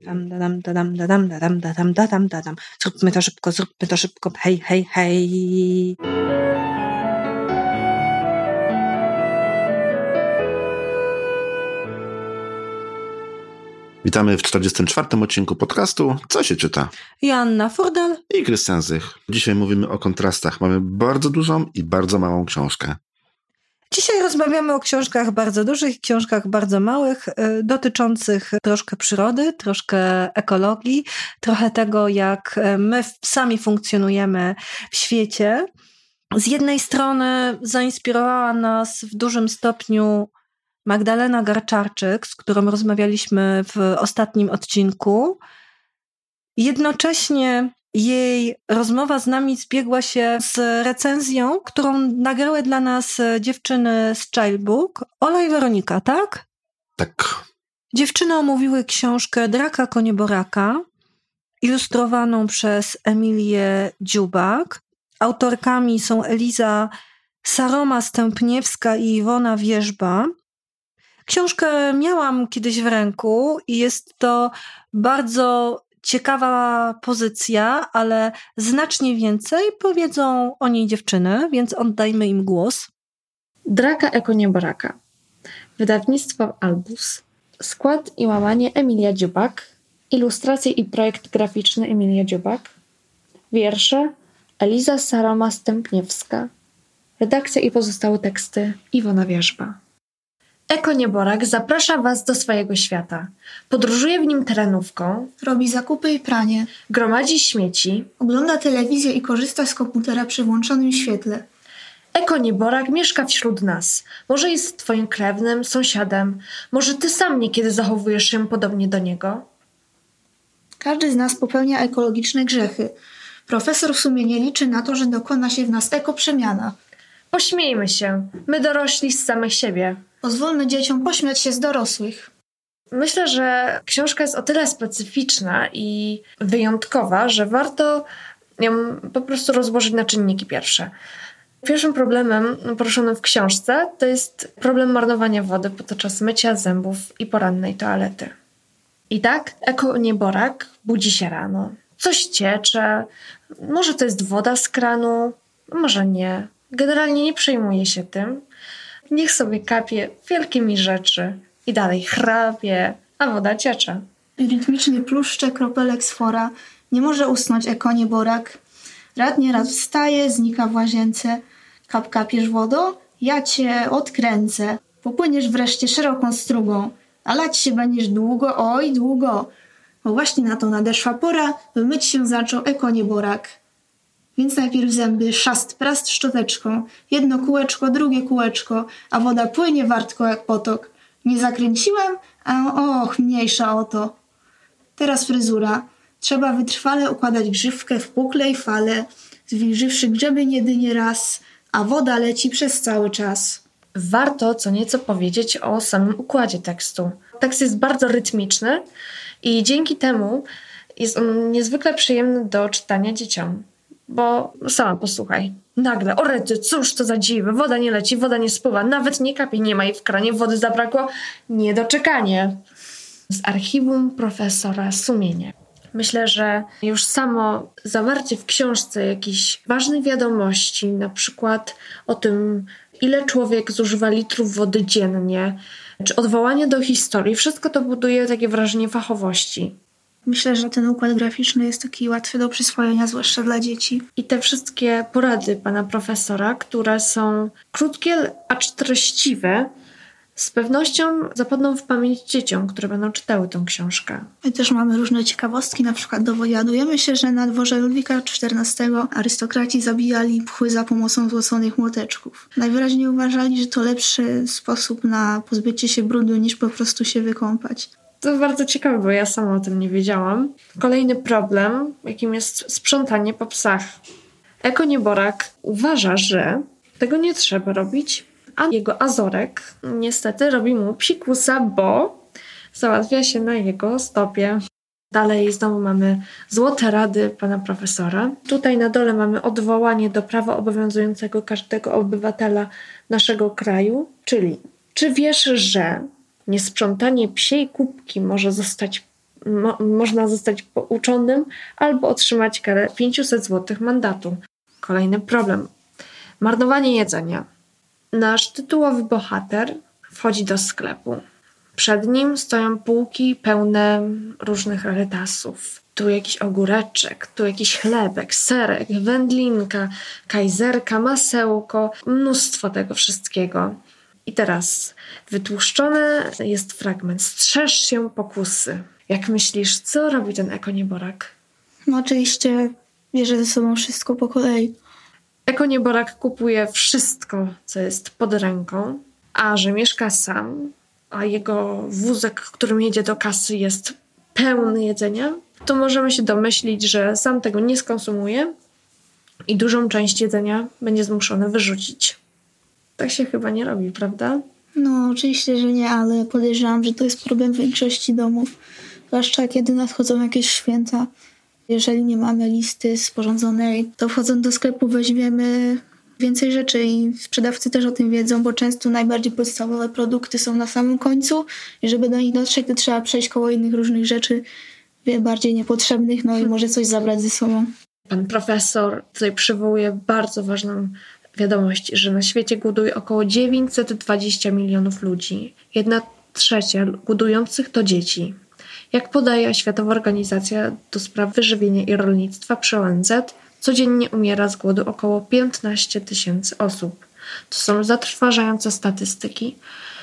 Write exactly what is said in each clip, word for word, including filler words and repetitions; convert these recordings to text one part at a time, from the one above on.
Dam, dadam, dadam, dadam, dadam, dadam, dadam, dadam. Zróbmy to szybko, zróbmy to szybko. Hej, hej, hej. Witamy w czterdziestym czwartym odcinku podcastu Co się czyta? Joanna Furdal I Krystian Zych. Dzisiaj mówimy o kontrastach. Mamy bardzo dużą i bardzo małą książkę. Dzisiaj rozmawiamy o książkach bardzo dużych, książkach bardzo małych, dotyczących troszkę przyrody, troszkę ekologii, trochę tego, jak my sami funkcjonujemy w świecie. Z jednej strony zainspirowała nas w dużym stopniu Magdalena Garczarczyk, z którą rozmawialiśmy w ostatnim odcinku. Jednocześnie jej rozmowa z nami zbiegła się z recenzją, którą nagrały dla nas dziewczyny z Childbook, Ola i Weronika, tak? Tak. Dziewczyny omówiły książkę Draka Konieboraka, ilustrowaną przez Emilię Dziubak. Autorkami są Eliza Saroma-Stępniewska i Iwona Wierzba. Książkę miałam kiedyś w ręku i jest to bardzo ciekawa pozycja, ale znacznie więcej powiedzą o niej dziewczyny, więc oddajmy im głos. Draka Konieboraka. Wydawnictwo Albus. Skład i łamanie Emilia Dziubak. Ilustracje i projekt graficzny Emilia Dziubak. Wiersze Eliza Saroma-Stępniewska. Redakcja i pozostałe teksty Iwona Wierzba. Konieborek zaprasza Was do swojego świata. Podróżuje w nim terenówką, robi zakupy i pranie, gromadzi śmieci, ogląda telewizję i korzysta z komputera przy włączonym świetle. Konieborek mieszka wśród nas. Może jest Twoim krewnym, sąsiadem. Może Ty sam niekiedy zachowujesz się podobnie do niego. Każdy z nas popełnia ekologiczne grzechy. Profesor w sumie nie liczy na to, że dokona się w nas ekoprzemiana. Pośmiejmy się. My dorośli z samych siebie. Pozwólmy dzieciom pośmiać się z dorosłych. Myślę, że książka jest o tyle specyficzna i wyjątkowa, że warto ją po prostu rozłożyć na czynniki pierwsze. Pierwszym problemem poruszonym w książce to jest problem marnowania wody podczas mycia zębów i porannej toalety. I tak Konieborek budzi się rano. Coś ciecze, może to jest woda z kranu, może nie. Generalnie nie przejmuje się tym. Niech sobie kapie wielkimi rzeczy i dalej chrapie, a woda ciecze. Rytmicznie pluszcze kropelek z fora. Nie może usnąć Konieborek. Rad nie raz wstaje, znika w łazience. Kap kapiesz wodą? Ja cię odkręcę. Popłyniesz wreszcie szeroką strugą. A lać się będziesz długo, oj długo. Bo właśnie na to nadeszła pora, by myć się zaczął Konieborek. Więc najpierw zęby szast prast szczoteczką. Jedno kółeczko, drugie kółeczko, a woda płynie wartko jak potok. Nie zakręciłem? A och, mniejsza o to. Teraz fryzura. Trzeba wytrwale układać grzywkę w pukle i fale, zwilżywszy grzebień jedynie raz, a woda leci przez cały czas. Warto co nieco powiedzieć o samym układzie tekstu. Tekst jest bardzo rytmiczny i dzięki temu jest on niezwykle przyjemny do czytania dzieciom. Bo sama posłuchaj. Nagle, o rety, cóż to za dziwy, woda nie leci, woda nie spływa, nawet nie kapie, nie ma jej w kranie, wody zabrakło, niedoczekanie. Z archiwum profesora Sumienie. Myślę, że już samo zawarcie w książce jakichś ważnych wiadomości, na przykład o tym, ile człowiek zużywa litrów wody dziennie, czy odwołanie do historii, wszystko to buduje takie wrażenie fachowości. Myślę, że ten układ graficzny jest taki łatwy do przyswojenia, zwłaszcza dla dzieci. I te wszystkie porady pana profesora, które są krótkie, acz treściwe, z pewnością zapadną w pamięć dzieciom, które będą czytały tę książkę. My też mamy różne ciekawostki, na przykład dowiadujemy się, że na dworze Ludwika czternastego arystokraci zabijali pchły za pomocą złoconych młoteczków. Najwyraźniej uważali, że to lepszy sposób na pozbycie się brudu, niż po prostu się wykąpać. To bardzo ciekawe, bo ja sama o tym nie wiedziałam. Kolejny problem, jakim jest sprzątanie po psach. Konieborek uważa, że tego nie trzeba robić, a jego Azorek niestety robi mu psikusa, bo załatwia się na jego stopie. Dalej znowu mamy złote rady pana profesora. Tutaj na dole mamy odwołanie do prawa obowiązującego każdego obywatela naszego kraju, czyli czy wiesz, że Niesprzątanie psiej kubki może zostać mo- można zostać pouczonym albo otrzymać karę pięćset złotych mandatu. Kolejny problem. Marnowanie jedzenia. Nasz tytułowy bohater wchodzi do sklepu. Przed nim stoją półki pełne różnych rarytasów. Tu jakiś ogóreczek, tu jakiś chlebek, serek, wędlinka, kajzerka, masełko, mnóstwo tego wszystkiego. I teraz wytłuszczony jest fragment. Strzeż się pokusy. Jak myślisz, co robi ten ekonieborak? No oczywiście bierze ze sobą wszystko po kolei. Ekonieborak kupuje wszystko, co jest pod ręką, a że mieszka sam, a jego wózek, którym jedzie do kasy, jest pełny jedzenia, to możemy się domyślić, że sam tego nie skonsumuje i dużą część jedzenia będzie zmuszony wyrzucić. Tak się chyba nie robi, prawda? No oczywiście, że nie, ale podejrzewam, że to jest problem w większości domów. Zwłaszcza kiedy nadchodzą jakieś święta. Jeżeli nie mamy listy sporządzonej, to wchodząc do sklepu weźmiemy więcej rzeczy i sprzedawcy też o tym wiedzą, bo często najbardziej podstawowe produkty są na samym końcu i żeby do nich dotrzeć, to trzeba przejść koło innych różnych rzeczy bardziej niepotrzebnych, no i może coś zabrać ze sobą. Pan profesor tutaj przywołuje bardzo ważną wiadomość, że na świecie głoduje około dziewięćset dwadzieścia milionów ludzi. Jedna trzecia głodujących to dzieci. Jak podaje Światowa Organizacja do Spraw Wyżywienia i Rolnictwa przy O N Z, codziennie umiera z głodu około piętnaście tysięcy osób. To są zatrważające statystyki.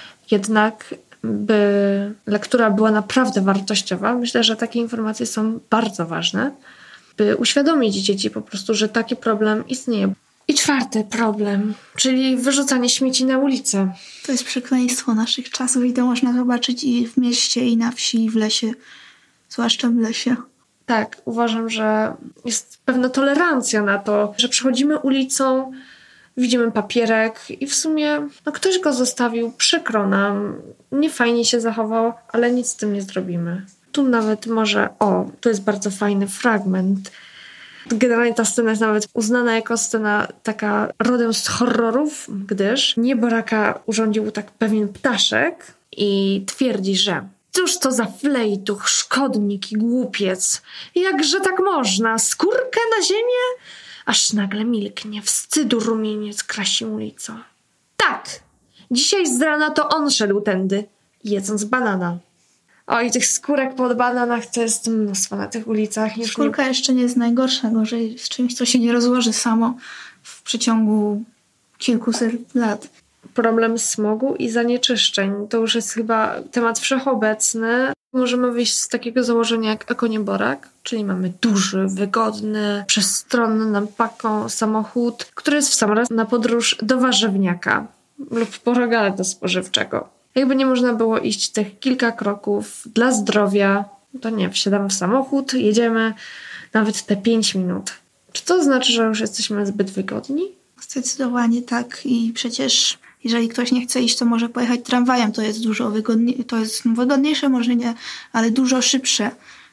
Jednak by lektura była naprawdę wartościowa, myślę, że takie informacje są bardzo ważne, by uświadomić dzieci po prostu, że taki problem istnieje. I czwarty problem, czyli wyrzucanie śmieci na ulicę. To jest przekleństwo naszych czasów i to można zobaczyć i w mieście, i na wsi, i w lesie. Zwłaszcza w lesie. Tak, uważam, że jest pewna tolerancja na to, że przechodzimy ulicą, widzimy papierek i w sumie no, ktoś go zostawił, przykro nam, niefajnie się zachował, ale nic z tym nie zrobimy. Tu nawet może, o, tu jest bardzo fajny fragment. Generalnie ta scena jest nawet uznana jako scena taka rodem z horrorów, gdyż nieboraka urządził tak pewien ptaszek i twierdzi, że cóż to za flejtuch, szkodnik i głupiec. Jakże tak można? Skórkę na ziemię? Aż nagle milknie, wstydu rumieniec krasi ulicą. Tak, dzisiaj z rana to on szedł tędy, jedząc banana. Oj, tych skórek pod bananach to jest mnóstwo na tych ulicach. Już Skórka nie... jeszcze nie jest najgorsza, gorzej z czymś, co się nie rozłoży samo w przeciągu kilkuset lat. Problem smogu i zanieczyszczeń to już jest chyba temat wszechobecny. Możemy wyjść z takiego założenia jak ekonieborak, czyli mamy duży, wygodny, przestronny nam paką samochód, który jest w sam raz na podróż do warzywniaka lub po rogale do spożywczego. Jakby nie można było iść tych kilka kroków dla zdrowia, to nie, wsiadamy w samochód, jedziemy nawet te pięć minut. Czy to znaczy, że już jesteśmy zbyt wygodni? Zdecydowanie tak i przecież jeżeli ktoś nie chce iść, to może pojechać tramwajem, to jest dużo wygodniejsze, to jest wygodniejsze, może nie, ale dużo szybsze,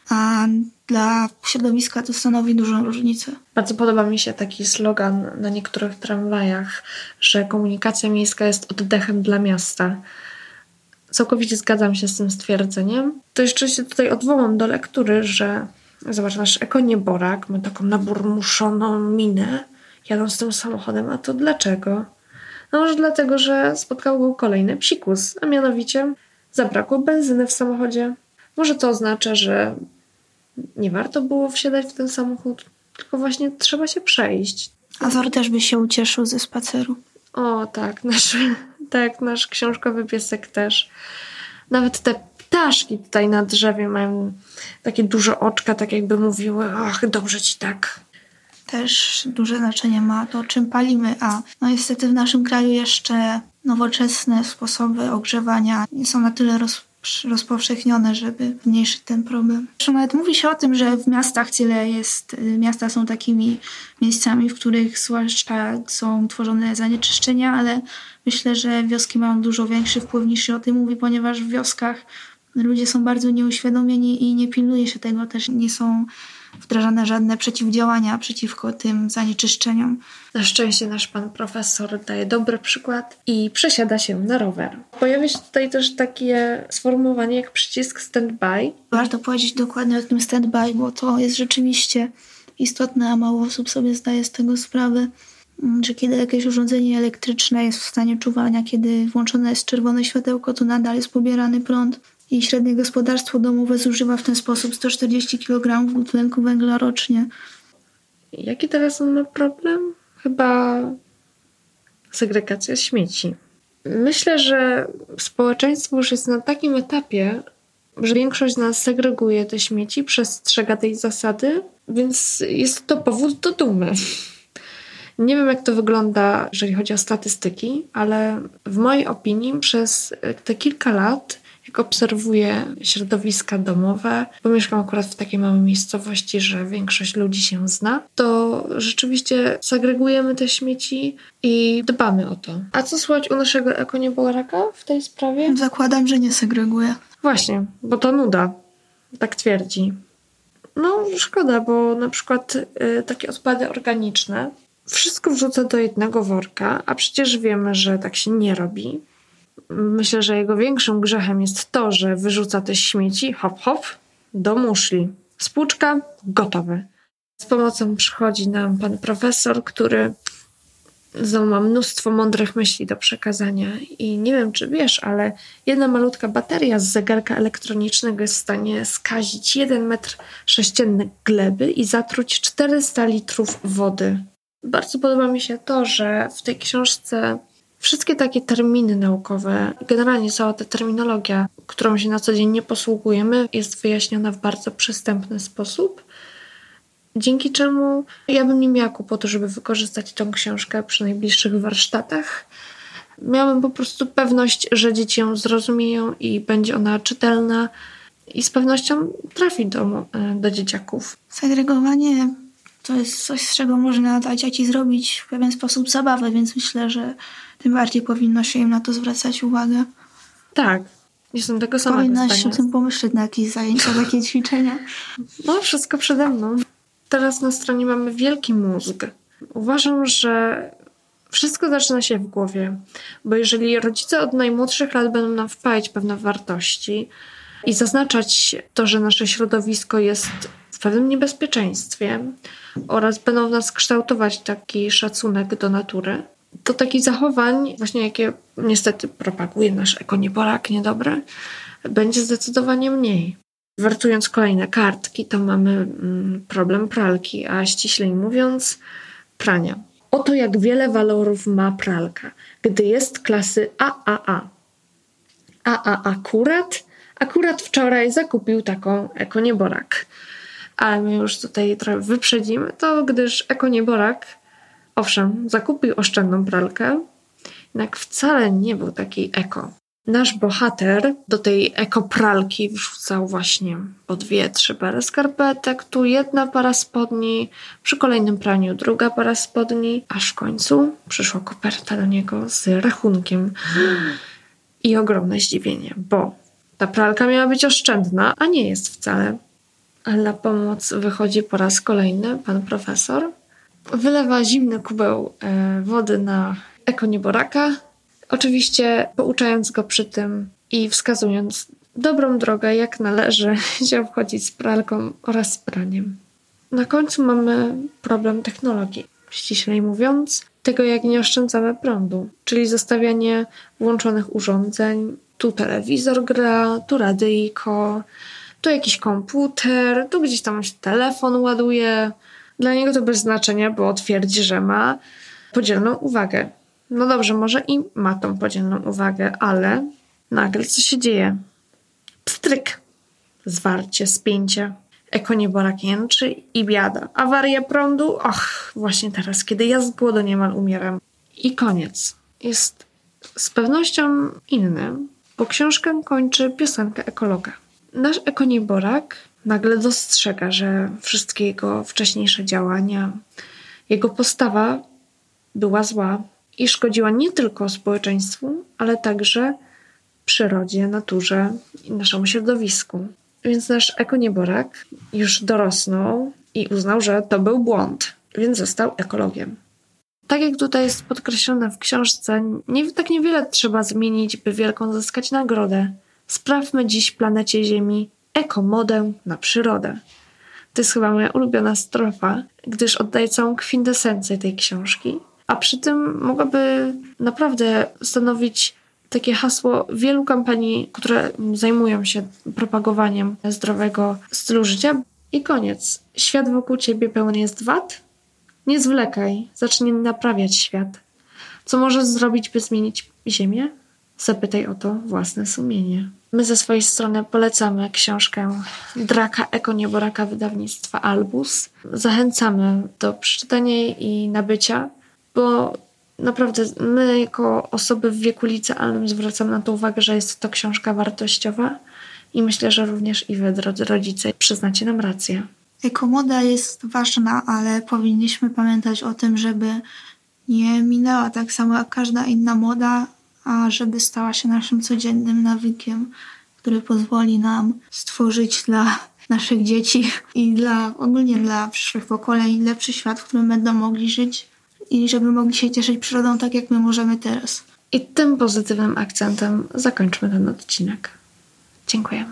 a dla środowiska to stanowi dużą różnicę. Bardzo podoba mi się taki slogan na niektórych tramwajach, że komunikacja miejska jest oddechem dla miasta. Całkowicie zgadzam się z tym stwierdzeniem. To jeszcze się tutaj odwołam do lektury, że zobacz, nasz ekonieborak ma taką naburmuszoną minę, jadąc tym samochodem. A to dlaczego? No może dlatego, że spotkał go kolejny psikus, a mianowicie zabrakło benzyny w samochodzie. Może to oznacza, że nie warto było wsiadać w ten samochód, tylko właśnie trzeba się przejść. Azor też by się ucieszył ze spaceru. O tak, nasz, tak, nasz książkowy piesek też. Nawet te ptaszki tutaj na drzewie mają takie duże oczka, tak jakby mówiły, ach, dobrze ci tak. Też duże znaczenie ma to, czym palimy, a no niestety w naszym kraju jeszcze nowoczesne sposoby ogrzewania nie są na tyle roz, rozpowszechnione, żeby zmniejszyć ten problem. Zresztą nawet mówi się o tym, że w miastach tyle jest, miasta są takimi miejscami, w których zwłaszcza są tworzone zanieczyszczenia, ale myślę, że wioski mają dużo większy wpływ niż się o tym mówi, ponieważ w wioskach Ludzie są bardzo nieuświadomieni i nie pilnuje się tego, też nie są wdrażane żadne przeciwdziałania przeciwko tym zanieczyszczeniom. Na szczęście nasz pan profesor daje dobry przykład i przesiada się na rower. Pojawia się tutaj też takie sformułowanie jak przycisk stand-by. Warto powiedzieć dokładnie o tym stand-by, bo to jest rzeczywiście istotne, a mało osób sobie zdaje z tego sprawę, że kiedy jakieś urządzenie elektryczne jest w stanie czuwania, kiedy włączone jest czerwone światełko, to nadal jest pobierany prąd i średnie gospodarstwo domowe zużywa w ten sposób sto czterdzieści kilogramów dwutlenku węgla rocznie. Jaki teraz on ma problem? Chyba segregacja śmieci. Myślę, że społeczeństwo już jest na takim etapie, że większość z nas segreguje te śmieci, przestrzega tej zasady, więc jest to powód do dumy. Nie wiem, jak to wygląda, jeżeli chodzi o statystyki, ale w mojej opinii przez te kilka lat, jak obserwuję środowiska domowe, bo mieszkam akurat w takiej małej miejscowości, że większość ludzi się zna, to rzeczywiście segregujemy te śmieci i dbamy o to. A co słychać u naszego ekoniebołaraka w tej sprawie? Zakładam, że nie segreguje. Właśnie, bo to nuda. Tak twierdzi. No, szkoda, bo na przykład y, takie odpady organiczne wszystko wrzuca do jednego worka, a przecież wiemy, że tak się nie robi. Myślę, że jego większym grzechem jest to, że wyrzuca te śmieci, hop, hop, do muszli. Spłuczka, gotowe. Z pomocą przychodzi nam pan profesor, który znowu ma mnóstwo mądrych myśli do przekazania. I nie wiem, czy wiesz, ale jedna malutka bateria z zegarka elektronicznego jest w stanie skazić jeden metr sześcienny gleby i zatruć czterysta litrów wody. Bardzo podoba mi się to, że w tej książce wszystkie takie terminy naukowe, generalnie cała ta terminologia, którą się na co dzień nie posługujemy, jest wyjaśniona w bardzo przystępny sposób, dzięki czemu ja bym nie miała kłopotu, żeby wykorzystać tą książkę przy najbliższych warsztatach. Miałabym po prostu pewność, że dzieci ją zrozumieją i będzie ona czytelna i z pewnością trafi do, do dzieciaków. Segregowanie to jest coś, z czego można dla dzieci zrobić w pewien sposób zabawę, więc myślę, że tym bardziej powinno się im na to zwracać uwagę. Tak, jestem tego samego Powinnaś zdania. o tym pomyśleć na jakieś zajęcia, takie ćwiczenia. No, wszystko przede mną. Teraz na stronie mamy wielki mózg. Uważam, że wszystko zaczyna się w głowie, bo jeżeli rodzice od najmłodszych lat będą nam wpajać pewne wartości i zaznaczać to, że nasze środowisko jest w pewnym niebezpieczeństwie oraz będą w nas kształtować taki szacunek do natury, to takich zachowań, właśnie jakie niestety propaguje nasz ekonieborak niedobry, będzie zdecydowanie mniej. Wertując kolejne kartki, to mamy mm, problem pralki, a ściślej mówiąc prania. Oto jak wiele walorów ma pralka, gdy jest klasy A A A. A A akurat, akurat wczoraj zakupił taką ekonieborak. Ale my już tutaj trochę wyprzedzimy to, gdyż ekonieborak, owszem, zakupił oszczędną pralkę, jednak wcale nie był taki eko. Nasz bohater do tej ekopralki wrzucał właśnie po dwie, trzy pary skarpetek, tu jedna para spodni, przy kolejnym praniu druga para spodni, aż w końcu przyszła koperta do niego z rachunkiem. I ogromne zdziwienie, bo ta pralka miała być oszczędna, a nie jest wcale. A na pomoc wychodzi po raz kolejny pan profesor. Wylewa zimny kubeł e, wody na ekonieborak, oczywiście pouczając go przy tym i wskazując dobrą drogę, jak należy się obchodzić z pralką oraz z praniem. Na końcu mamy problem technologii. Ściślej mówiąc, tego jak nie oszczędzamy prądu, czyli zostawianie włączonych urządzeń. Tu telewizor gra, tu radyjko, tu jakiś komputer, tu gdzieś tam się telefon ładuje. Dla niego to bez znaczenia, bo twierdzi, że ma podzielną uwagę. No dobrze, może i ma tą podzielną uwagę, ale nagle co się dzieje? Pstryk. Zwarcie, spięcie. Ekonieborak jęczy i biada. Awaria prądu? Och, właśnie teraz, kiedy ja z głodu niemal umieram. I koniec. Jest z pewnością inny, bo książkę kończy piosenka ekologa. Nasz ekonieborak nagle dostrzega, że wszystkie jego wcześniejsze działania, jego postawa była zła i szkodziła nie tylko społeczeństwu, ale także przyrodzie, naturze i naszemu środowisku. Więc nasz ekonieborak już dorosnął i uznał, że to był błąd, więc został ekologiem. Tak jak tutaj jest podkreślone w książce, nie, tak niewiele trzeba zmienić, by wielką zyskać nagrodę. Sprawmy dziś planecie Ziemi ekomodę na przyrodę. To jest chyba moja ulubiona strofa, gdyż oddaje całą kwintesencję tej książki, a przy tym mogłaby naprawdę stanowić takie hasło wielu kampanii, które zajmują się propagowaniem zdrowego stylu życia. I koniec. Świat wokół ciebie pełen jest wad? Nie zwlekaj, zacznij naprawiać świat. Co możesz zrobić, by zmienić Ziemię? Zapytaj o to własne sumienie. My ze swojej strony polecamy książkę Draka Ekonieborak wydawnictwa Albus. Zachęcamy do przeczytania jej i nabycia, bo naprawdę my jako osoby w wieku licealnym zwracamy na to uwagę, że jest to książka wartościowa i myślę, że również i wy, drodzy rodzice, przyznacie nam rację. Ekomoda jest ważna, ale powinniśmy pamiętać o tym, żeby nie minęła tak samo jak każda inna moda, a żeby stała się naszym codziennym nawykiem, który pozwoli nam stworzyć dla naszych dzieci i dla ogólnie dla przyszłych pokoleń lepszy świat, w którym będą mogli żyć i żeby mogli się cieszyć przyrodą tak, jak my możemy teraz. I tym pozytywnym akcentem zakończmy ten odcinek. Dziękujemy.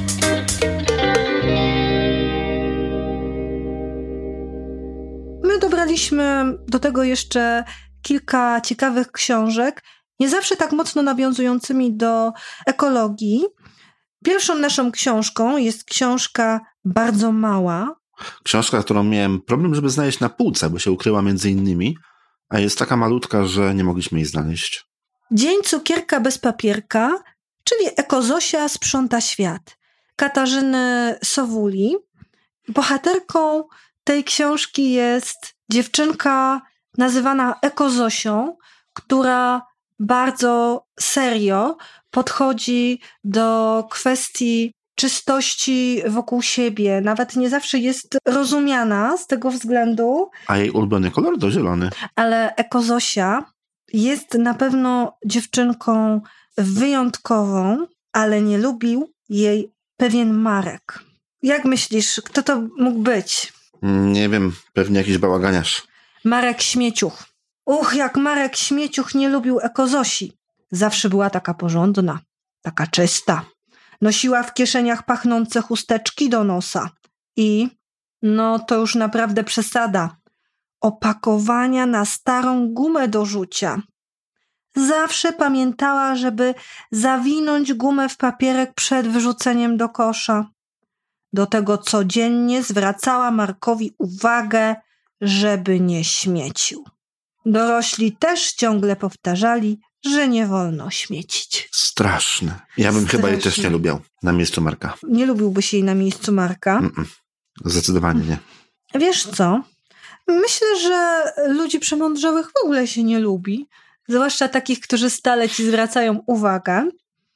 My dobraliśmy do tego jeszcze kilka ciekawych książek, nie zawsze tak mocno nawiązującymi do ekologii. Pierwszą naszą książką jest książka Bardzo mała. Książka, którą miałem problem, żeby znaleźć na półce, bo się ukryła między innymi, a jest taka malutka, że nie mogliśmy jej znaleźć. Dzień cukierka bez papierka, czyli Ekozosia sprząta świat. Katarzyny Sowuli. Bohaterką tej książki jest dziewczynka nazywana Ekozosią, która bardzo serio podchodzi do kwestii czystości wokół siebie. Nawet nie zawsze jest rozumiana z tego względu. A jej ulubiony kolor to zielony. Ale Ekozosia jest na pewno dziewczynką wyjątkową, ale nie lubił jej pewien Marek. Jak myślisz, kto to mógł być? Nie wiem, pewnie jakiś bałaganiarz. Marek Śmieciuch. Uch, jak Marek Śmieciuch nie lubił Ekozosi. Zawsze była taka porządna, taka czysta. Nosiła w kieszeniach pachnące chusteczki do nosa. I, no to już naprawdę przesada, opakowania na starą gumę do rzucia. Zawsze pamiętała, żeby zawinąć gumę w papierek przed wrzuceniem do kosza. Do tego codziennie zwracała Markowi uwagę, żeby nie śmiecił. Dorośli też ciągle powtarzali, że nie wolno śmiecić. Straszne. Ja bym Straszne. chyba jej też nie lubiał na miejscu Marka. Nie lubiłbyś jej na miejscu Marka? Mm-mm. Zdecydowanie nie. Wiesz co? Myślę, że ludzi przemądrzałych w ogóle się nie lubi. Zwłaszcza takich, którzy stale ci zwracają uwagę.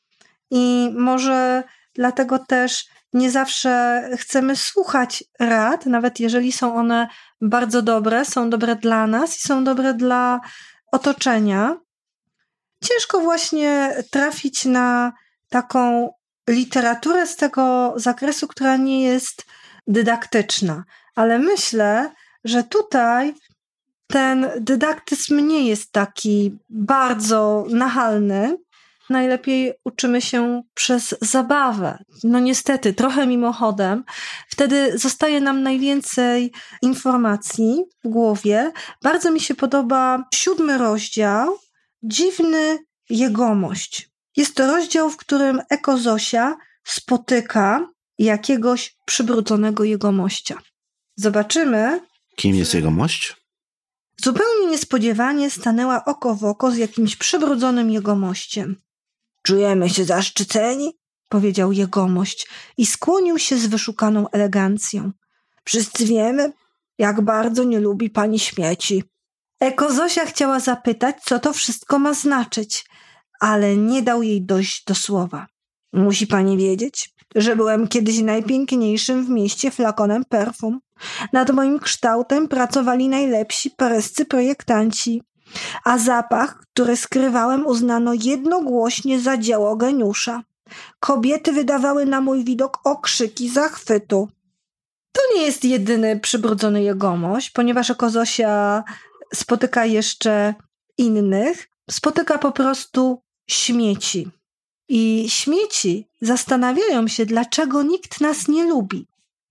I może dlatego też nie zawsze chcemy słuchać rad, nawet jeżeli są one bardzo dobre, są dobre dla nas i są dobre dla otoczenia. Ciężko właśnie trafić na taką literaturę z tego zakresu, która nie jest dydaktyczna. Ale myślę, że tutaj ten dydaktyzm nie jest taki bardzo nachalny. Najlepiej uczymy się przez zabawę. No niestety, trochę mimochodem. Wtedy zostaje nam najwięcej informacji w głowie. Bardzo mi się podoba siódmy rozdział, Dziwny jegomość. Jest to rozdział, w którym Ekozosia spotyka jakiegoś przybrudzonego jegomościa. Zobaczymy. Kim jest jegomość? Zupełnie niespodziewanie stanęła oko w oko z jakimś przybrudzonym jegomościem. Czujemy się zaszczyceni, powiedział jegomość i skłonił się z wyszukaną elegancją. Wszyscy wiemy, jak bardzo nie lubi pani śmieci. Ekozosia chciała zapytać, co to wszystko ma znaczyć, ale nie dał jej dojść do słowa. Musi pani wiedzieć, że byłem kiedyś najpiękniejszym w mieście flakonem perfum. Nad moim kształtem pracowali najlepsi paryscy projektanci. A zapach, który skrywałem, uznano jednogłośnie za dzieło geniusza. Kobiety wydawały na mój widok okrzyki zachwytu. To nie jest jedyny przybrudzony jegomość, ponieważ jako Zosia spotyka jeszcze innych. Spotyka po prostu śmieci. I śmieci zastanawiają się, dlaczego nikt nas nie lubi.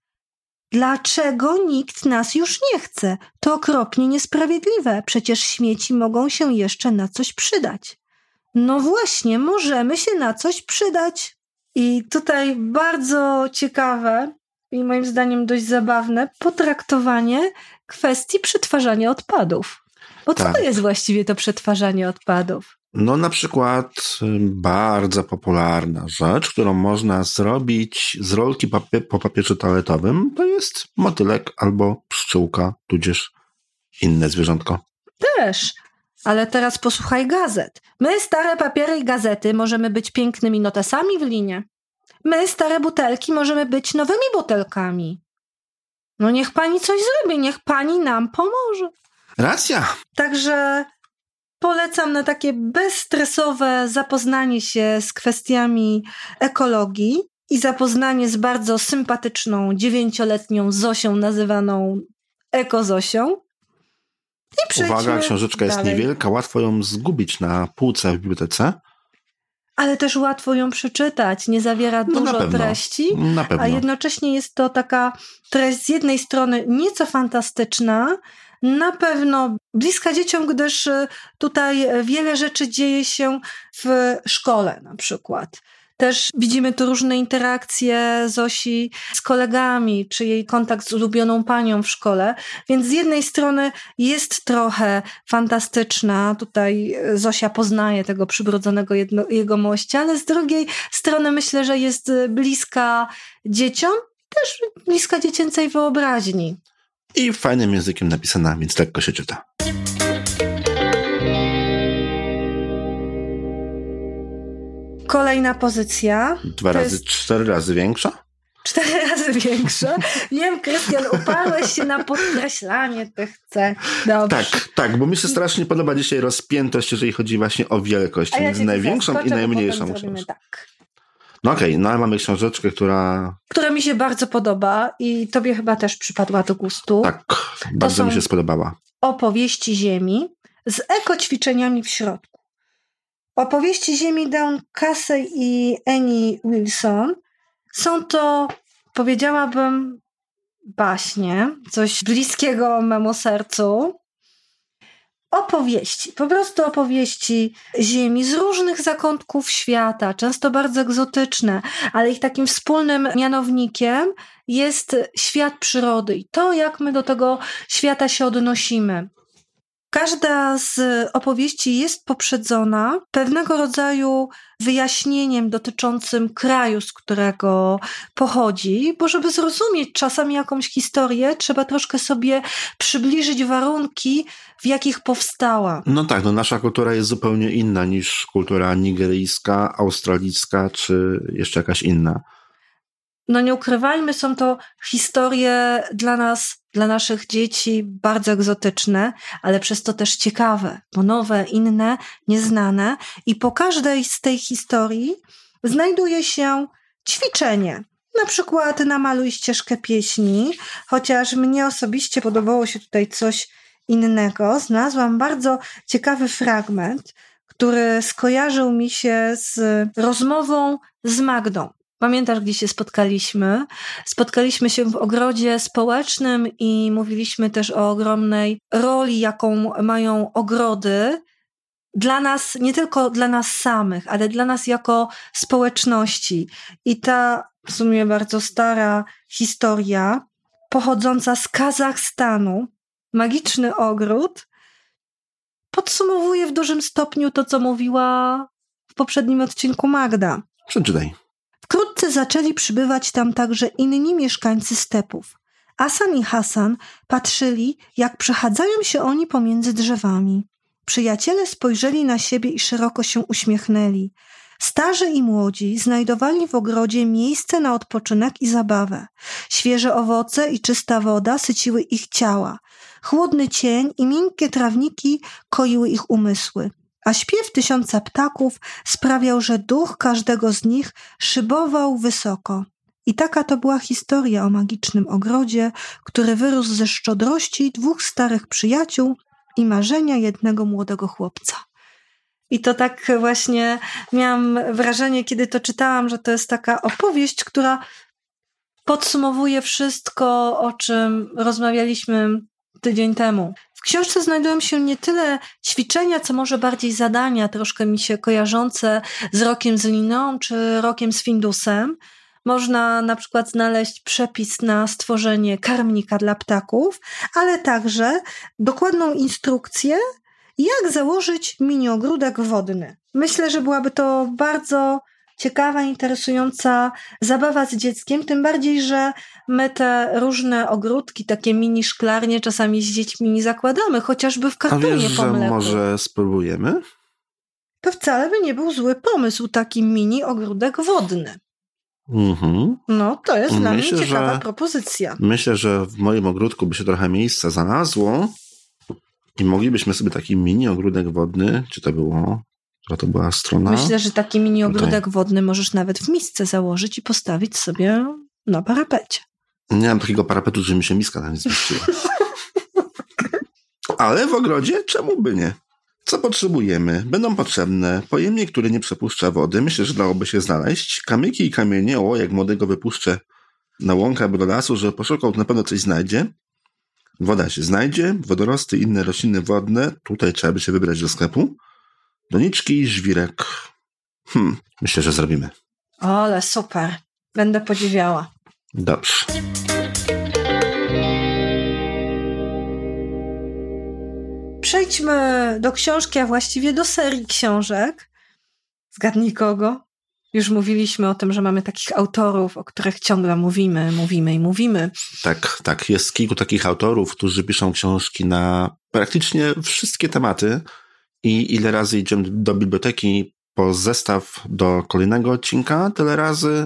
Dlaczego nikt nas już nie chce? To okropnie niesprawiedliwe. Przecież śmieci mogą się jeszcze na coś przydać. No właśnie, możemy się na coś przydać. I tutaj bardzo ciekawe i moim zdaniem dość zabawne potraktowanie kwestii przetwarzania odpadów. Bo co tak. to jest właściwie to przetwarzanie odpadów? No na przykład bardzo popularna rzecz, którą można zrobić z rolki papie- po papierze toaletowym, to jest motylek albo pszczółka, tudzież inne zwierzątko. Też. Ale teraz posłuchaj gazet. My, stare papiery i gazety, możemy być pięknymi notesami w linie. My, stare butelki, możemy być nowymi butelkami. No niech pani coś zrobi, niech pani nam pomoże. Racja. Także polecam na takie bezstresowe zapoznanie się z kwestiami ekologii i zapoznanie z bardzo sympatyczną, dziewięcioletnią Zosią nazywaną Eko-Zosią. I Uwaga, książeczka jest dalej. niewielka, łatwo ją zgubić na półce w bibliotece. Ale też łatwo ją przeczytać, nie zawiera No, dużo na pewno. treści, Na pewno. a jednocześnie jest to taka treść z jednej strony nieco fantastyczna, na pewno bliska dzieciom, gdyż tutaj wiele rzeczy dzieje się w szkole na przykład. Też widzimy tu różne interakcje Zosi z kolegami, czy jej kontakt z ulubioną panią w szkole, więc z jednej strony jest trochę fantastyczna, tutaj Zosia poznaje tego przybrudzonego jedno, jegomościa, ale z drugiej strony myślę, że jest bliska dzieciom, też bliska dziecięcej wyobraźni. I fajnym językiem napisana, więc lekko się czyta. Kolejna pozycja. Dwa razy, jest... cztery razy większa? Cztery razy większa. Wiem, Krystian, uparłeś się na podkreślanie tych cech. Dobrze. Tak, tak, bo mi się strasznie podoba dzisiaj rozpiętość, jeżeli chodzi właśnie o wielkość. A ja Między największą i najmniejszą książką. Tak. No okej, okay, no ale mamy książeczkę, która... Która mi się bardzo podoba i tobie chyba też przypadła do gustu. Tak, bardzo mi się spodobała. Opowieści Ziemi z ekoćwiczeniami w środku. Opowieści Ziemi Dawn Casey i Annie Wilson są to, powiedziałabym, baśnie, coś bliskiego memu sercu. Opowieści, po prostu opowieści Ziemi z różnych zakątków świata, często bardzo egzotyczne, ale ich takim wspólnym mianownikiem jest świat przyrody i to, jak my do tego świata się odnosimy. Każda z opowieści jest poprzedzona pewnego rodzaju wyjaśnieniem dotyczącym kraju, z którego pochodzi, bo żeby zrozumieć czasami jakąś historię, trzeba troszkę sobie przybliżyć warunki, w jakich powstała. No tak, no nasza kultura jest zupełnie inna niż kultura nigeryjska, australijska czy jeszcze jakaś inna. No nie ukrywajmy, są to historie dla nas, dla naszych dzieci bardzo egzotyczne, ale przez to też ciekawe, bo nowe, inne, nieznane i po każdej z tej historii znajduje się ćwiczenie. Na przykład namaluj ścieżkę pieśni, chociaż mnie osobiście podobało się tutaj coś innego. Znalazłam bardzo ciekawy fragment, który skojarzył mi się z rozmową z Magdą. Pamiętasz, gdzie się spotkaliśmy? Spotkaliśmy się w ogrodzie społecznym i mówiliśmy też o ogromnej roli, jaką mają ogrody dla nas, nie tylko dla nas samych, ale dla nas jako społeczności. I ta w sumie bardzo stara historia, pochodząca z Kazachstanu, magiczny ogród, podsumowuje w dużym stopniu to, co mówiła w poprzednim odcinku Magda. Przeczytaj. Wkrótce zaczęli przybywać tam także inni mieszkańcy stepów. Hasan i Hasan patrzyli, jak przechadzają się oni pomiędzy drzewami. Przyjaciele spojrzeli na siebie i szeroko się uśmiechnęli. Starzy i młodzi znajdowali w ogrodzie miejsce na odpoczynek i zabawę. Świeże owoce i czysta woda syciły ich ciała. Chłodny cień i miękkie trawniki koiły ich umysły, a śpiew tysiąca ptaków sprawiał, że duch każdego z nich szybował wysoko. I taka to była historia o magicznym ogrodzie, który wyrósł ze szczodrości dwóch starych przyjaciół i marzenia jednego młodego chłopca. I to tak właśnie miałam wrażenie, kiedy to czytałam, że to jest taka opowieść, która podsumowuje wszystko, o czym rozmawialiśmy tydzień temu. W książce znajdują się nie tyle ćwiczenia, co może bardziej zadania, troszkę mi się kojarzące z Rokiem z Lineą czy Rokiem z Findusem. Można na przykład znaleźć przepis na stworzenie karmnika dla ptaków, ale także dokładną instrukcję, jak założyć mini ogródek wodny. Myślę, że byłaby to bardzo ciekawa, interesująca zabawa z dzieckiem, tym bardziej, że my te różne ogródki, takie mini szklarnie czasami z dziećmi zakładamy, chociażby w kartonie po mleku. A wiesz, że może spróbujemy? To wcale by nie był zły pomysł, taki mini ogródek wodny. Mhm. No, to jest dla myślę, mnie ciekawa że, propozycja. Myślę, że w moim ogródku by się trochę miejsca znalazło i moglibyśmy sobie taki mini ogródek wodny, czy to było, która to była strona? Myślę, że taki mini ogródek Tutaj. wodny możesz nawet w misce założyć i postawić sobie na parapecie. Nie mam takiego parapetu, że mi się miska tam nie zmieściła. Ale w ogrodzie czemu by nie? Co potrzebujemy? Będą potrzebne pojemnik, który nie przepuszcza wody. Myślę, że dałoby się znaleźć. Kamyki i kamienie. O, jak młodego wypuszczę na łąkę albo do lasu, że poszukał, to na pewno coś znajdzie. Woda się znajdzie. Wodorosty, inne rośliny wodne. Tutaj trzeba by się wybrać do sklepu. Doniczki i żwirek. Hmm, myślę, że zrobimy. O, ale super. Będę podziwiała. Dobrze. Przejdźmy do książki, a właściwie do serii książek. Zgadnij kogo? Już mówiliśmy o tym, że mamy takich autorów, o których ciągle mówimy, mówimy i mówimy. Tak, tak. Jest kilku takich autorów, którzy piszą książki na praktycznie wszystkie tematy i ile razy idziemy do biblioteki po zestaw do kolejnego odcinka, tyle razy,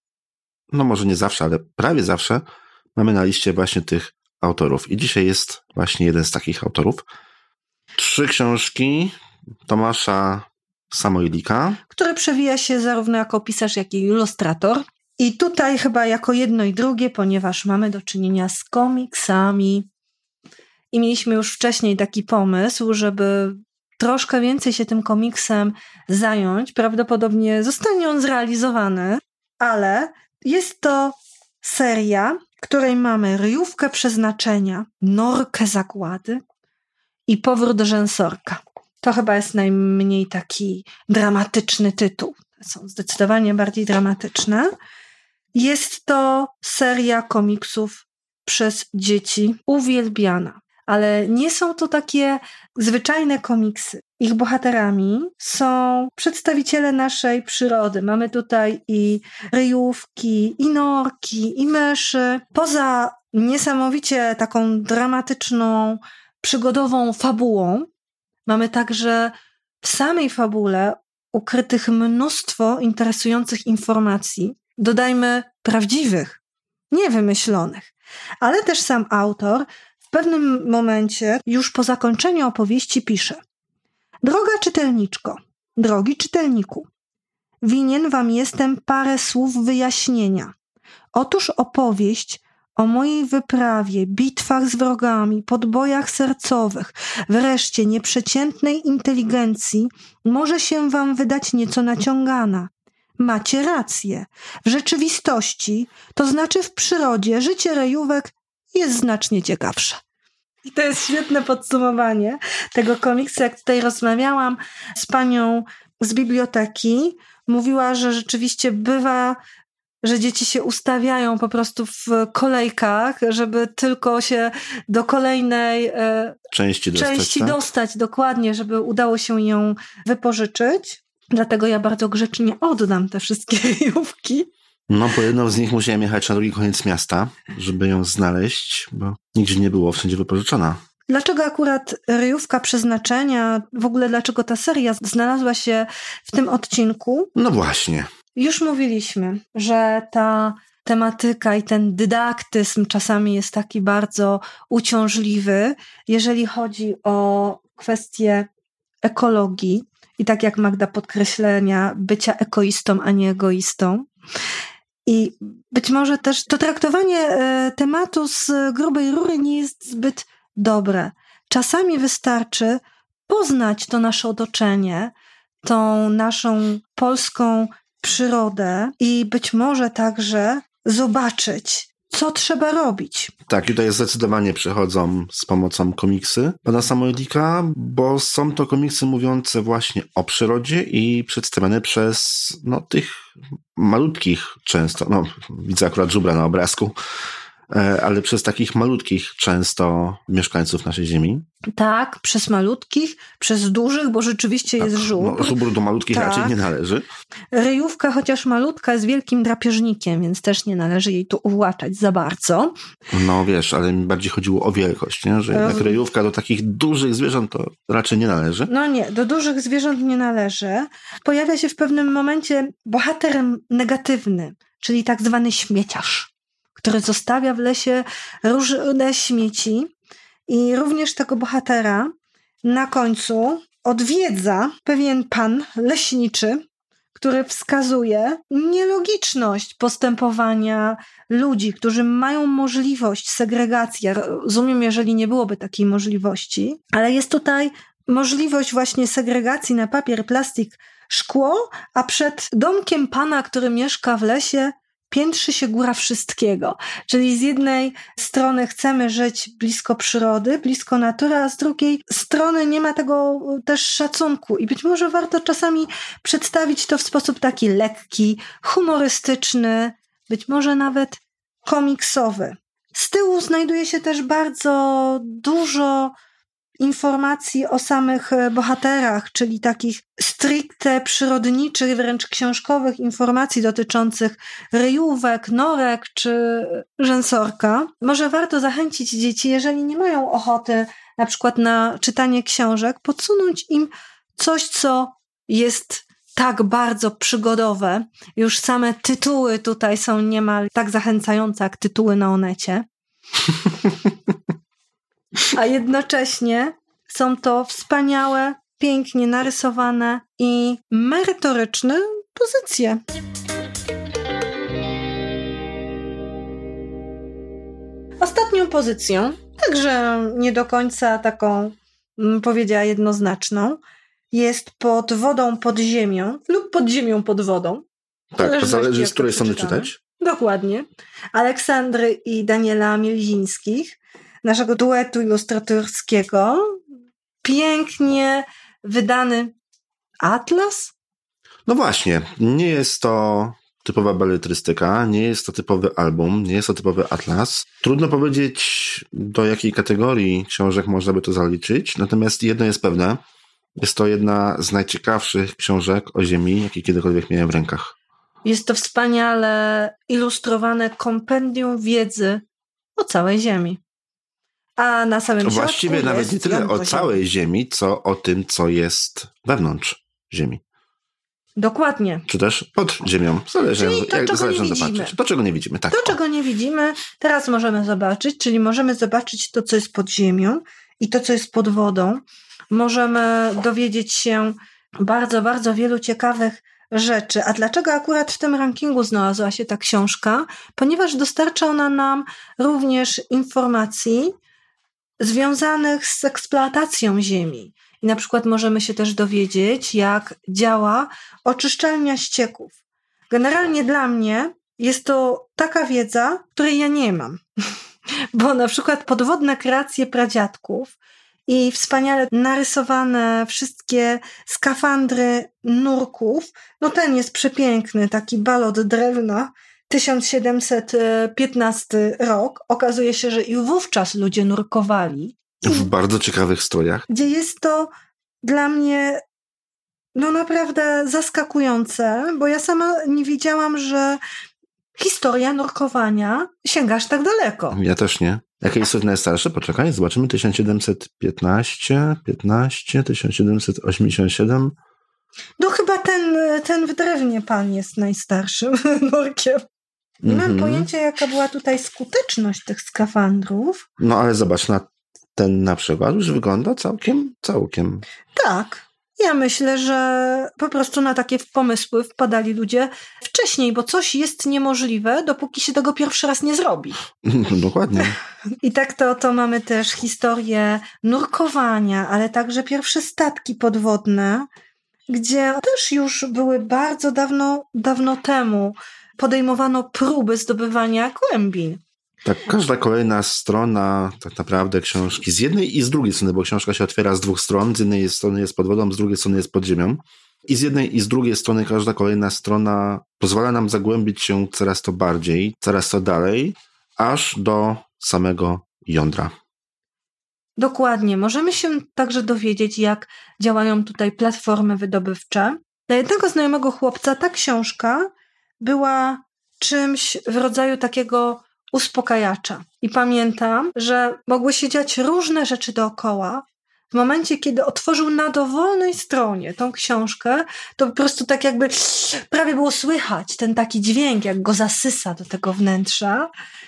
no może nie zawsze, ale prawie zawsze mamy na liście właśnie tych autorów. I dzisiaj jest właśnie jeden z takich autorów. Trzy książki Tomasza Samoilika, który przewija się zarówno jako pisarz, jak i ilustrator. I tutaj chyba jako jedno i drugie, ponieważ mamy do czynienia z komiksami. I mieliśmy już wcześniej taki pomysł, żeby troszkę więcej się tym komiksem zająć. Prawdopodobnie zostanie on zrealizowany, ale jest to seria, w której mamy Ryjówkę Przeznaczenia, Norkę Zagłady i Powrót Rzęsorka. To chyba jest najmniej taki dramatyczny tytuł. Są zdecydowanie bardziej dramatyczne. Jest to seria komiksów przez dzieci uwielbiana. Ale nie są to takie zwyczajne komiksy. Ich bohaterami są przedstawiciele naszej przyrody. Mamy tutaj i ryjówki, i norki, i myszy. Poza niesamowicie taką dramatyczną, przygodową fabułą, mamy także w samej fabule ukrytych mnóstwo interesujących informacji. Dodajmy prawdziwych, nie wymyślonych. Ale też sam autor w pewnym momencie, już po zakończeniu opowieści, pisze: droga czytelniczko, drogi czytelniku, winien wam jestem parę słów wyjaśnienia. Otóż opowieść o mojej wyprawie, bitwach z wrogami, podbojach sercowych, wreszcie nieprzeciętnej inteligencji może się wam wydać nieco naciągana. Macie rację. W rzeczywistości, to znaczy w przyrodzie, życie ryjówek jest znacznie ciekawsze. I to jest świetne podsumowanie tego komiksu. Jak tutaj rozmawiałam z panią z biblioteki, mówiła, że rzeczywiście bywa, że dzieci się ustawiają po prostu w kolejkach, żeby tylko się do kolejnej e, części dostać, części tak? dostać, dokładnie, żeby udało się ją wypożyczyć. Dlatego ja bardzo grzecznie oddam te wszystkie ryjówki. No, po jedną z nich musiałem jechać na drugi koniec miasta, żeby ją znaleźć, bo nigdzie nie było, wszędzie wypożyczona. Dlaczego akurat ryjówka przeznaczenia, w ogóle dlaczego ta seria znalazła się w tym odcinku? No właśnie. Już mówiliśmy, że ta tematyka i ten dydaktyzm czasami jest taki bardzo uciążliwy, jeżeli chodzi o kwestie ekologii i tak jak Magda podkreślenia, bycia ekoistą, a nie egoistą. I być może też to traktowanie tematu z grubej rury nie jest zbyt dobre. Czasami wystarczy poznać to nasze otoczenie, tą naszą polską przyrodę i być może także zobaczyć, co trzeba robić. Tak, tutaj zdecydowanie przychodzą z pomocą komiksy pana Samoylika, bo są to komiksy mówiące właśnie o przyrodzie i przedstawiane przez no, tych malutkich często, no widzę akurat żubra na obrazku, ale przez takich malutkich często mieszkańców naszej ziemi. Tak, przez malutkich, przez dużych, bo rzeczywiście tak, jest żubr. No, żubr do malutkich tak. raczej nie należy. Ryjówka, chociaż malutka, jest wielkim drapieżnikiem, więc też nie należy jej tu uwłaczać za bardzo. No wiesz, ale mi bardziej chodziło o wielkość, nie? Że jednak ryjówka do takich dużych zwierząt to raczej nie należy. No nie, do dużych zwierząt nie należy. Pojawia się w pewnym momencie bohater negatywny, czyli tak zwany śmieciarz, który zostawia w lesie różne śmieci i również tego bohatera na końcu odwiedza pewien pan leśniczy, który wskazuje nielogiczność postępowania ludzi, którzy mają możliwość segregacji. Ja rozumiem, jeżeli nie byłoby takiej możliwości, ale jest tutaj możliwość właśnie segregacji na papier, plastik, szkło, a przed domkiem pana, który mieszka w lesie, piętrzy się góra wszystkiego. Czyli z jednej strony chcemy żyć blisko przyrody, blisko natury, a z drugiej strony nie ma tego też szacunku. I być może warto czasami przedstawić to w sposób taki lekki, humorystyczny, być może nawet komiksowy. Z tyłu znajduje się też bardzo dużo informacji o samych bohaterach, czyli takich stricte przyrodniczych, wręcz książkowych informacji dotyczących ryjówek, norek czy rzęsorka. Może warto zachęcić dzieci, jeżeli nie mają ochoty na przykład na czytanie książek, podsunąć im coś, co jest tak bardzo przygodowe. Już same tytuły tutaj są niemal tak zachęcające, jak tytuły na Onecie. A jednocześnie są to wspaniałe, pięknie narysowane i merytoryczne pozycje. Ostatnią pozycją, także nie do końca taką, powiedziała, jednoznaczną, jest Pod wodą, pod ziemią lub Pod ziemią, pod wodą. Tak, to zależy, z której strony czytać. Dokładnie. Aleksandry i Daniela Mielzińskich, naszego duetu ilustratorskiego. Pięknie wydany atlas? No właśnie, nie jest to typowa beletrystyka, nie jest to typowy album, nie jest to typowy atlas. Trudno powiedzieć, do jakiej kategorii książek można by to zaliczyć, natomiast jedno jest pewne, jest to jedna z najciekawszych książek o Ziemi, jakie kiedykolwiek miałem w rękach. Jest to wspaniale ilustrowane kompendium wiedzy o całej Ziemi. A na samym środku właściwie jest nawet nie tyle o całej Ziemi, co o tym, co jest wewnątrz Ziemi. Dokładnie. Czy też pod ziemią. Zależy, czyli to, jak czego zależy nie widzimy. zobaczyć. To, czego nie widzimy. Tak, to, o. czego nie widzimy, teraz możemy zobaczyć, czyli możemy zobaczyć to, co jest pod ziemią i to, co jest pod wodą. Możemy dowiedzieć się bardzo, bardzo wielu ciekawych rzeczy. A dlaczego akurat w tym rankingu znalazła się ta książka? Ponieważ dostarcza ona nam również informacji związanych z eksploatacją ziemi. I na przykład możemy się też dowiedzieć, jak działa oczyszczalnia ścieków. Generalnie dla mnie jest to taka wiedza, której ja nie mam. Bo na przykład podwodne kreacje pradziadków i wspaniale narysowane wszystkie skafandry nurków, no ten jest przepiękny, taki balot drewna, tysiąc siedemset piętnasty rok. Okazuje się, że i wówczas ludzie nurkowali. W bardzo ciekawych strojach. Gdzie jest to dla mnie no naprawdę zaskakujące, bo ja sama nie wiedziałam, że historia nurkowania sięga aż tak daleko. Ja też nie. Jakie jest najstarsze? Poczekaj, zobaczymy. tysiąc siedemset piętnaście, piętnaście, tysiąc siedemset osiemdziesiąt siedem. No chyba ten, ten w drewnie pan jest najstarszym nurkiem. Nie mam mm-hmm. pojęcia, jaka była tutaj skuteczność tych skafandrów. No ale zobacz, na ten na przykład już wygląda całkiem, całkiem. Tak. Ja myślę, że po prostu na takie pomysły wpadali ludzie wcześniej, bo coś jest niemożliwe, dopóki się tego pierwszy raz nie zrobi. Dokładnie. I tak to, to mamy też historię nurkowania, ale także pierwsze statki podwodne, gdzie też już były bardzo dawno, dawno temu podejmowano próby zdobywania głębin. Tak, każda kolejna strona tak naprawdę książki, z jednej i z drugiej strony, bo książka się otwiera z dwóch stron, z jednej strony jest pod wodą, z drugiej strony jest pod ziemią. I z jednej i z drugiej strony każda kolejna strona pozwala nam zagłębić się coraz to bardziej, coraz to dalej, aż do samego jądra. Dokładnie. Możemy się także dowiedzieć, jak działają tutaj platformy wydobywcze. Dla jednego znajomego chłopca ta książka była czymś w rodzaju takiego uspokajacza. I pamiętam, że mogły się dziać różne rzeczy dookoła. W momencie, kiedy otworzył na dowolnej stronie tą książkę, to po prostu tak jakby prawie było słychać ten taki dźwięk, jak go zasysa do tego wnętrza.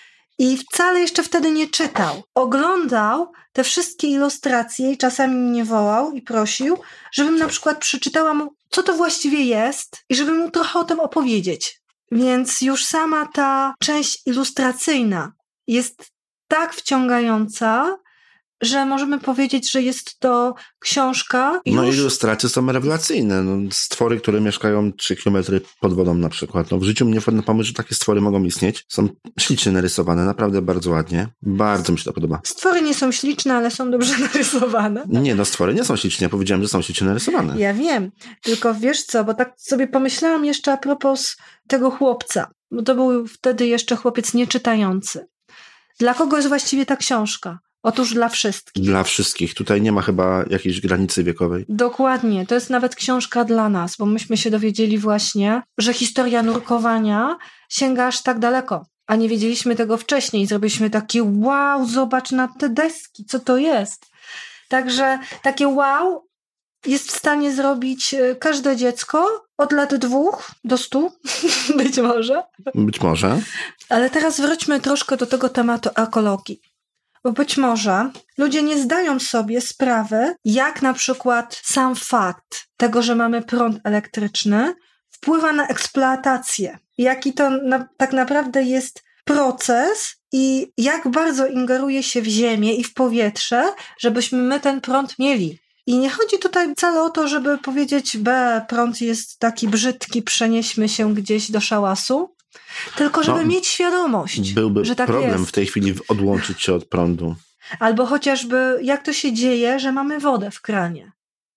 I wcale jeszcze wtedy nie czytał. Oglądał te wszystkie ilustracje i czasami mnie wołał i prosił, żebym na przykład przeczytała mu, co to właściwie jest i żeby mu trochę o tym opowiedzieć. Więc już sama ta część ilustracyjna jest tak wciągająca, że możemy powiedzieć, że jest to książka już... No ilustracje są rewelacyjne. No, stwory, które mieszkają trzy kilometry pod wodą na przykład. No, w życiu mnie wpadł na pomysł, że takie stwory mogą istnieć. Są ślicznie narysowane, naprawdę bardzo ładnie. Bardzo mi się to podoba. Stwory nie są śliczne, ale są dobrze narysowane. Nie, no stwory nie są ślicznie. Ja powiedziałem, że są ślicznie narysowane. Ja wiem, tylko wiesz co, bo tak sobie pomyślałam jeszcze a propos tego chłopca, bo to był wtedy jeszcze chłopiec nieczytający. Dla kogo jest właściwie ta książka? Otóż dla wszystkich. Dla wszystkich. Tutaj nie ma chyba jakiejś granicy wiekowej. Dokładnie. To jest nawet książka dla nas, bo myśmy się dowiedzieli właśnie, że historia nurkowania sięga aż tak daleko. A nie wiedzieliśmy tego wcześniej. I zrobiliśmy takie wow, zobacz na te deski, co to jest. Także takie wow jest w stanie zrobić każde dziecko od lat dwóch do stu, być może. Być może. Ale teraz wróćmy troszkę do tego tematu ekologii. Bo być może ludzie nie zdają sobie sprawy, jak na przykład sam fakt tego, że mamy prąd elektryczny, wpływa na eksploatację. Jaki to na, tak naprawdę jest proces i jak bardzo ingeruje się w ziemię i w powietrze, żebyśmy my ten prąd mieli. I nie chodzi tutaj wcale o to, żeby powiedzieć, b, prąd jest taki brzydki, przenieśmy się gdzieś do szałasu, tylko żeby no, mieć świadomość, byłby że tak problem jest. W tej chwili odłączyć się od prądu. Albo chociażby jak to się dzieje, że mamy wodę w kranie,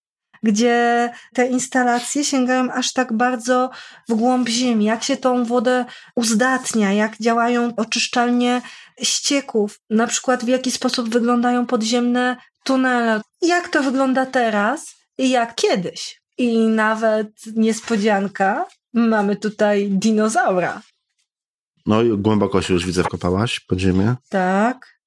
gdzie te instalacje sięgają aż tak bardzo w głąb ziemi, jak się tą wodę uzdatnia, jak działają oczyszczalnie ścieków, na przykład w jaki sposób wyglądają podziemne tunele, jak to wygląda teraz i jak kiedyś. I nawet niespodzianka, mamy tutaj dinozaura. No i głęboko się już widzę wkopałaś pod ziemię. Tak.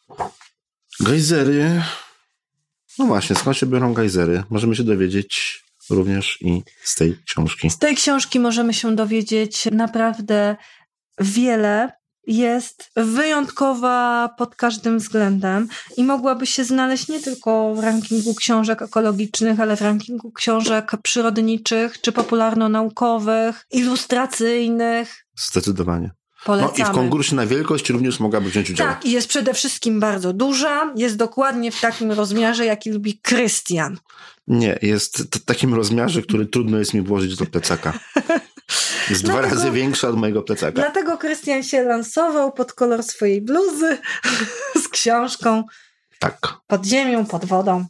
Gejzery. No właśnie, skąd się biorą gejzery? Możemy się dowiedzieć również i z tej książki. Z tej książki możemy się dowiedzieć naprawdę wiele. Jest wyjątkowa pod każdym względem i mogłaby się znaleźć nie tylko w rankingu książek ekologicznych, ale w rankingu książek przyrodniczych czy popularno-naukowych, ilustracyjnych. Zdecydowanie. Polecamy. No i w konkursie na wielkość również mogłaby wziąć udział. Tak, i jest przede wszystkim bardzo duża, jest dokładnie w takim rozmiarze, jaki lubi Krystian. Nie, jest w takim rozmiarze, który trudno jest mi włożyć do plecaka. Jest dwa dlatego, razy większa od mojego plecaka. Dlatego Krystian się lansował pod kolor swojej bluzy z książką. Tak. Pod ziemią, pod wodą.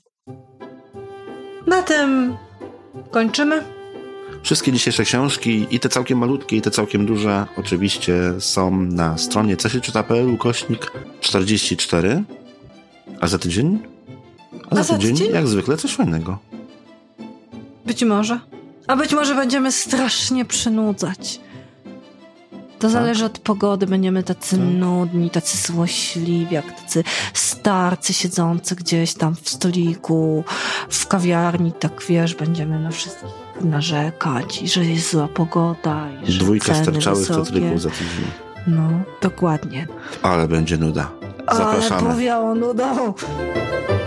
Na tym kończymy. Wszystkie dzisiejsze książki, i te całkiem malutkie, i te całkiem duże, oczywiście są na stronie c się czyta kropka p l ukośnik czterdzieści cztery. A za tydzień? A za, A za tydzień, tydzień, jak zwykle, coś fajnego. Być może. A być może będziemy strasznie przynudzać. To zależy od pogody. Będziemy tacy tak. nudni, tacy złośliwi, jak tacy starcy siedzący gdzieś tam w stoliku, w kawiarni, tak wiesz, będziemy na wszystkich narzekać i że jest zła pogoda i że Dwójka ceny sterczały w wysokie. Tetryku za tydzień. No, dokładnie. Ale będzie nuda. Zapraszamy. Ale powiało nudą.